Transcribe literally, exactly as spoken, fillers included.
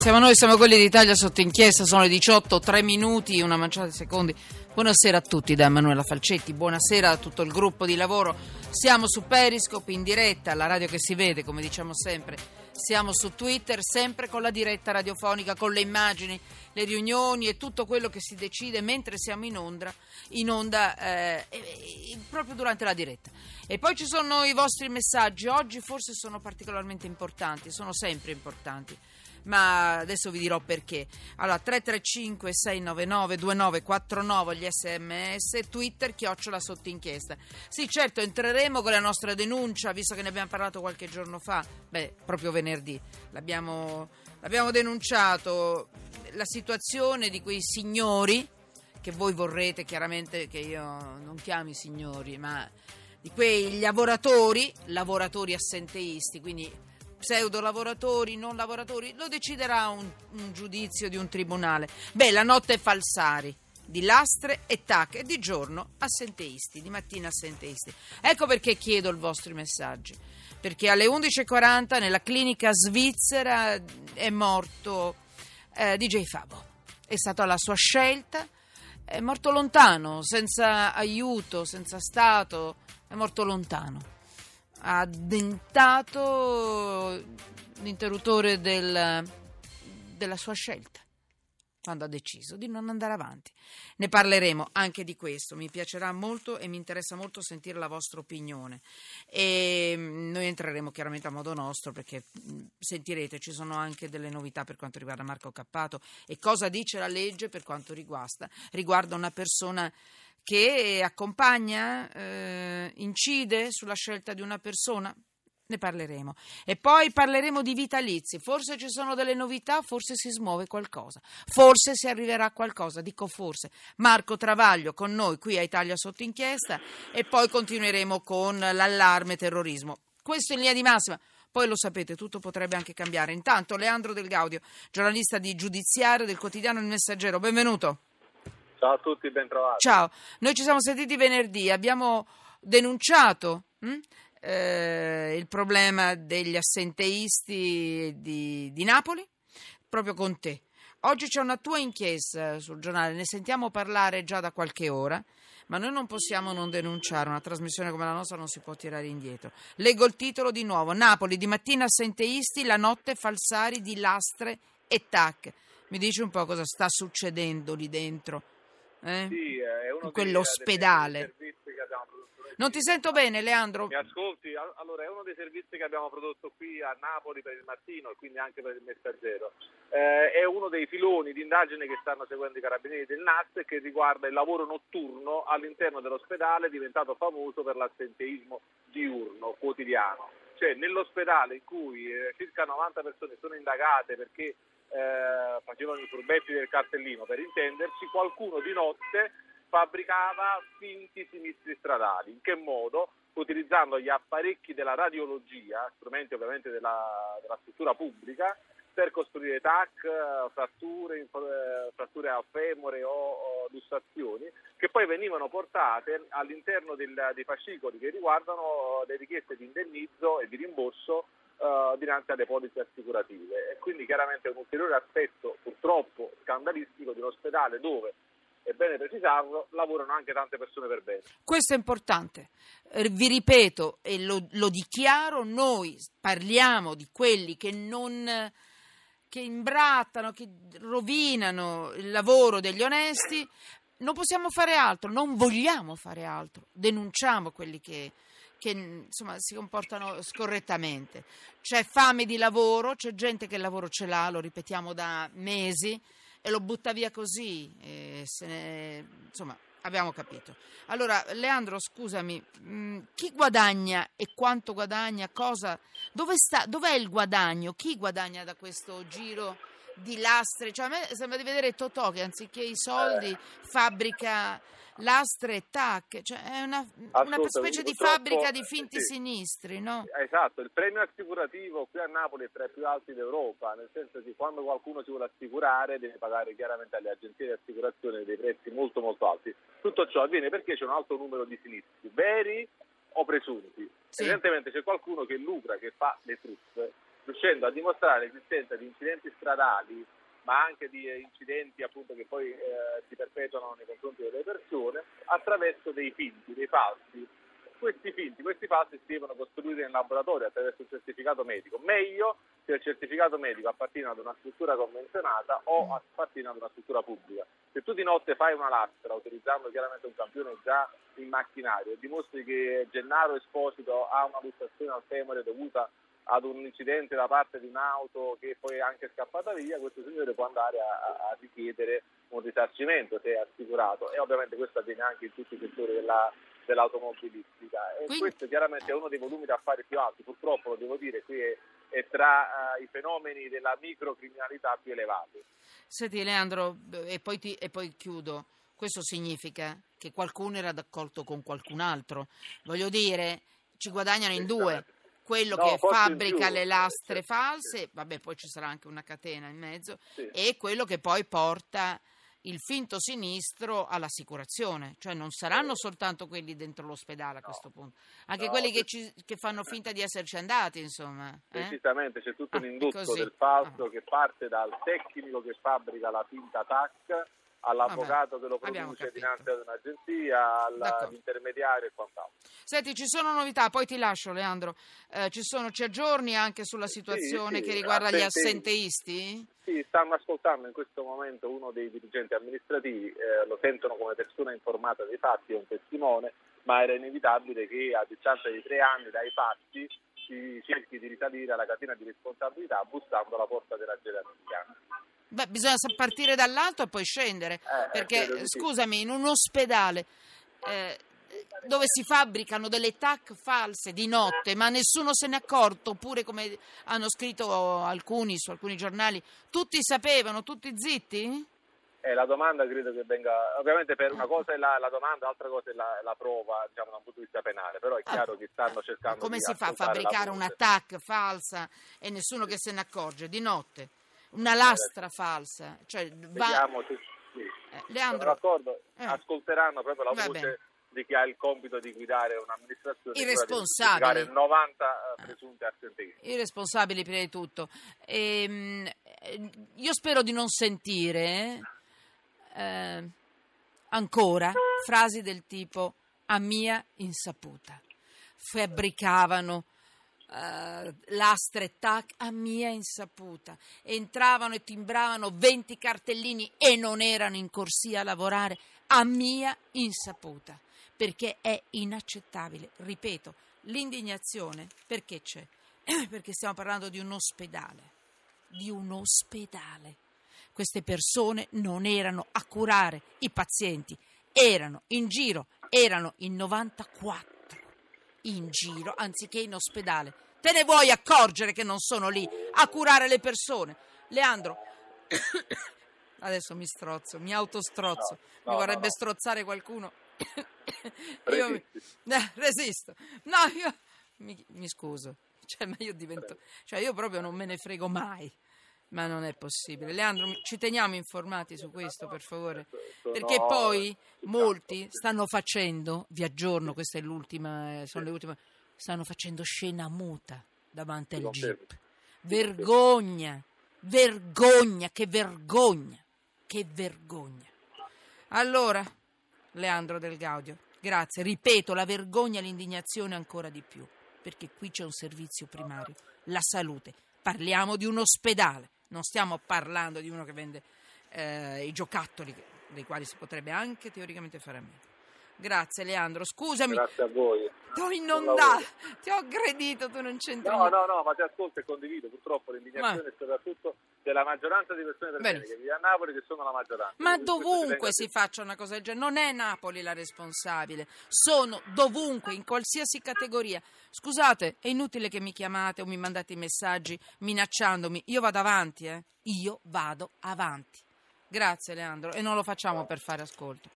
Siamo noi, siamo quelli d'Italia sotto inchiesta, sono le diciotto, tre minuti, una manciata di secondi. Buonasera a tutti da Emanuela Falcetti, buonasera a tutto il gruppo di lavoro. Siamo su Periscope in diretta, la radio che si vede, come diciamo sempre. Siamo su Twitter, sempre con la diretta radiofonica, con le immagini, le riunioni e tutto quello che si decide mentre siamo in onda, in onda eh, eh, proprio durante la diretta. E poi ci sono i vostri messaggi, oggi forse sono particolarmente importanti, sono sempre importanti. Ma adesso vi dirò perché. Allora, tre tre cinque sei nove nove due nove quattro nove gli sms, Twitter chiocciola sotto inchiesta. Sì, certo, entreremo con la nostra denuncia, visto che ne abbiamo parlato qualche giorno fa, beh, proprio venerdì l'abbiamo, l'abbiamo denunciato, la situazione di quei signori che voi vorrete chiaramente che io non chiami signori, ma di quei lavoratori lavoratori assenteisti, quindi pseudo lavoratori, non lavoratori, lo deciderà un, un giudizio di un tribunale. Beh, la notte falsari, di lastre e tac, e di giorno assenteisti, di mattina assenteisti. Ecco perché chiedo i vostri messaggi, perché alle undici e quaranta nella clinica svizzera è morto eh, D J Fabo. È stata la sua scelta, è morto lontano, senza aiuto, senza stato, è morto lontano. Ha addentato l'interruttore del, della sua scelta quando ha deciso di non andare avanti. Ne parleremo anche di questo, mi piacerà molto e mi interessa molto sentire la vostra opinione e noi entreremo chiaramente a modo nostro, perché sentirete ci sono anche delle novità per quanto riguarda Marco Cappato e cosa dice la legge per quanto riguarda, riguarda una persona che accompagna, eh, incide sulla scelta di una persona. Ne parleremo. E poi parleremo di vitalizi. Forse ci sono delle novità, forse si smuove qualcosa, forse si arriverà a qualcosa, dico forse. Marco Travaglio con noi qui a Italia sotto inchiesta e poi continueremo con l'allarme terrorismo. Questo in linea di massima. Poi lo sapete, tutto potrebbe anche cambiare. Intanto Leandro Del Gaudio, giornalista di Giudiziario del quotidiano Il Messaggero, benvenuto. Ciao a tutti, ben trovati. Ciao, noi ci siamo sentiti venerdì, abbiamo denunciato hm, eh, il problema degli assenteisti di, di Napoli, proprio con te. Oggi c'è una tua inchiesta sul giornale, ne sentiamo parlare già da qualche ora, ma noi non possiamo non denunciare, una trasmissione come la nostra non si può tirare indietro. Leggo il titolo di nuovo: Napoli, di mattina assenteisti, la notte falsari di lastre e tac. Mi dici un po' cosa sta succedendo lì dentro? Eh? Sì, è uno in quell'ospedale. Dei servizi che abbiamo prodotto noi. Non ti sento bene, Leandro? Mi ascolti? Allora, è uno dei servizi che abbiamo prodotto qui a Napoli per il mattino e quindi anche per il Messaggero. Eh, è uno dei filoni di indagine che stanno seguendo i carabinieri del N A S e che riguarda il lavoro notturno all'interno dell'ospedale, diventato famoso per l'assenteismo diurno, quotidiano. Cioè, nell'ospedale in cui eh, circa novanta persone sono indagate perché Eh, facevano i furbetti del cartellino, per intenderci, qualcuno di notte fabbricava finti sinistri stradali. In che modo? Utilizzando gli apparecchi della radiologia, strumenti ovviamente della, della struttura pubblica, per costruire tac, fratture, fratture al femore o, o lussazioni, che poi venivano portate all'interno del, dei fascicoli che riguardano le richieste di indennizzo e di rimborso Uh, dinanzi alle polizze assicurative. E quindi chiaramente è un ulteriore aspetto purtroppo scandalistico di un ospedale dove, è bene precisarlo, lavorano anche tante persone per bene. Questo è importante. Eh, vi ripeto e lo, lo dichiaro, noi parliamo di quelli che non che imbrattano, che rovinano il lavoro degli onesti. Non possiamo fare altro, non vogliamo fare altro. Denunciamo quelli che che insomma si comportano scorrettamente. C'è fame di lavoro, c'è gente che il lavoro ce l'ha, lo ripetiamo da mesi, e lo butta via così, e se ne, insomma abbiamo capito. Allora Leandro, scusami, mh, chi guadagna e quanto guadagna, cosa, dove sta, dov'è il guadagno, chi guadagna da questo giro di lastre? Cioè a me sembra di vedere Totò che anziché i soldi fabbrica lastre e tac, cioè è una, una specie di fabbrica di finti sì. sinistri, no? Esatto, il premio assicurativo qui a Napoli è tra i più alti d'Europa, nel senso che quando qualcuno si vuole assicurare deve pagare chiaramente alle agenzie di assicurazione dei prezzi molto molto alti. Tutto ciò avviene perché c'è un alto numero di sinistri, veri o presunti. Sì. Evidentemente c'è qualcuno che lucra, che fa le truffe riuscendo a dimostrare l'esistenza di incidenti stradali, ma anche di incidenti appunto che poi eh, si perpetuano nei confronti delle persone attraverso dei finti, dei falsi. Questi finti, questi falsi si devono costruire in laboratorio attraverso un certificato medico. Meglio se il certificato medico appartiene ad una struttura convenzionata o appartiene ad una struttura pubblica. Se tu di notte fai una lastra utilizzando chiaramente un campione già in macchinario e dimostri che Gennaro Esposito ha una lussazione al femore dovuta ad un incidente da parte di un'auto che poi è anche scappata via, questo signore può andare a, a richiedere un risarcimento se è assicurato, e ovviamente questo avviene anche in tutti i settori della, dell'automobilistica, e Quindi... questo chiaramente è uno dei volumi d'affari più alti, purtroppo lo devo dire, qui è, è tra uh, i fenomeni della microcriminalità più elevati. Senti Leandro, e poi, ti, e poi chiudo, questo significa che qualcuno era d'accordo con qualcun altro, voglio dire, ci guadagnano in due. Quello No, che fabbrica più, le lastre sì, false, sì. vabbè, poi ci sarà anche una catena in mezzo, Sì. e quello che poi porta il finto sinistro all'assicurazione, cioè non saranno soltanto quelli dentro l'ospedale a questo punto, anche No, quelli che, sì. ci, che fanno finta di esserci andati, insomma. Eh? Precisamente, c'è tutto Ah, un è indotto così. del falso Ah. che parte dal tecnico che fabbrica la finta T A C, all'avvocato Vabbè, che lo abbiamo produce capito. dinanzi ad un'agenzia, D'accordo. all'intermediario e quant'altro. Senti, ci sono novità, poi ti lascio Leandro, eh, ci, sono, ci aggiorni anche sulla situazione Sì, sì, che riguarda gli assente- assenteisti? Sì, stanno ascoltando in questo momento uno dei dirigenti amministrativi, eh, lo sentono come persona informata dei fatti, è un testimone, ma era inevitabile che a distanza di tre anni dai fatti si cerchi di risalire alla catena di responsabilità bussando alla porta della gerarchia. Beh, bisogna sa- partire dall'alto e poi scendere, Eh, perché credo di sì. scusami, in un ospedale eh, dove si fabbricano delle T A C false di notte, ma nessuno se n'è accorto, oppure come hanno scritto alcuni su alcuni giornali, tutti sapevano, tutti zitti? Eh, la domanda credo che venga, ovviamente per una cosa è la, la domanda, l'altra cosa è la, la prova, diciamo, da un punto di vista penale, però è chiaro che stanno cercando Come di si fa a ascoltare la fabbricare una voce. T A C falsa e nessuno che se ne accorge di notte? Una lastra falsa, cioè va... Vediamo se sì. Eh, Leandro, Sono d'accordo, eh. ascolteranno proprio la Va voce bene. di chi ha il compito di guidare un'amministrazione, I quella di responsabili. giustificare novanta presunti assenteisti. i responsabili prima di tutto. Ehm, eh, io spero di non sentire eh, ancora frasi del tipo a mia insaputa. Fabbricavano eh, lastre tac a mia insaputa. Entravano e timbravano venti cartellini e non erano in corsia a lavorare a mia insaputa. Perché è inaccettabile, ripeto, l'indignazione perché c'è? Perché stiamo parlando di un ospedale, di un ospedale. Queste persone non erano a curare i pazienti, erano in giro, erano in novantaquattro in giro anziché in ospedale. Te ne vuoi accorgere che non sono lì a curare le persone? Leandro, adesso mi strozzo, mi autostrozzo, No, mi no, vorrebbe no, no. strozzare qualcuno. Io mi- Resisti. eh, resisto. No, io mi, mi scuso. Cioè, ma io divento, cioè io proprio non me ne frego mai. Ma non è possibile. Leandro, ci teniamo informati su questo, per favore. Sono- Perché poi sul molti campo, sì. stanno facendo, vi aggiorno, questa è l'ultima, eh, sono le ultime, stanno facendo scena muta davanti al Ti confermo. jeep. Vergogna, vergogna, che vergogna, che vergogna. Allora, Leandro Del Gaudio, grazie. Ripeto, la vergogna e l'indignazione ancora di più, perché qui c'è un servizio primario, la salute. Parliamo di un ospedale, non stiamo parlando di uno che vende eh, i giocattoli, dei quali si potrebbe anche teoricamente fare a meno. Grazie Leandro, scusami, Grazie a voi. ti ho Buon inondato, lavoro. ti ho aggredito, tu non c'entri No, niente. no, no, ma ti ascolto e condivido. Purtroppo l'indignazione Ma- è soprattutto della maggioranza di persone per bene Benissimo. che vive a Napoli, che sono la maggioranza. Ma Quindi questo dovunque tenga si a- faccia una cosa del genere, non è Napoli la responsabile, sono dovunque, in qualsiasi categoria. Scusate, è inutile che mi chiamate o mi mandate i messaggi minacciandomi, io vado avanti, eh? Io vado avanti. Grazie Leandro, e non lo facciamo per fare ascolto.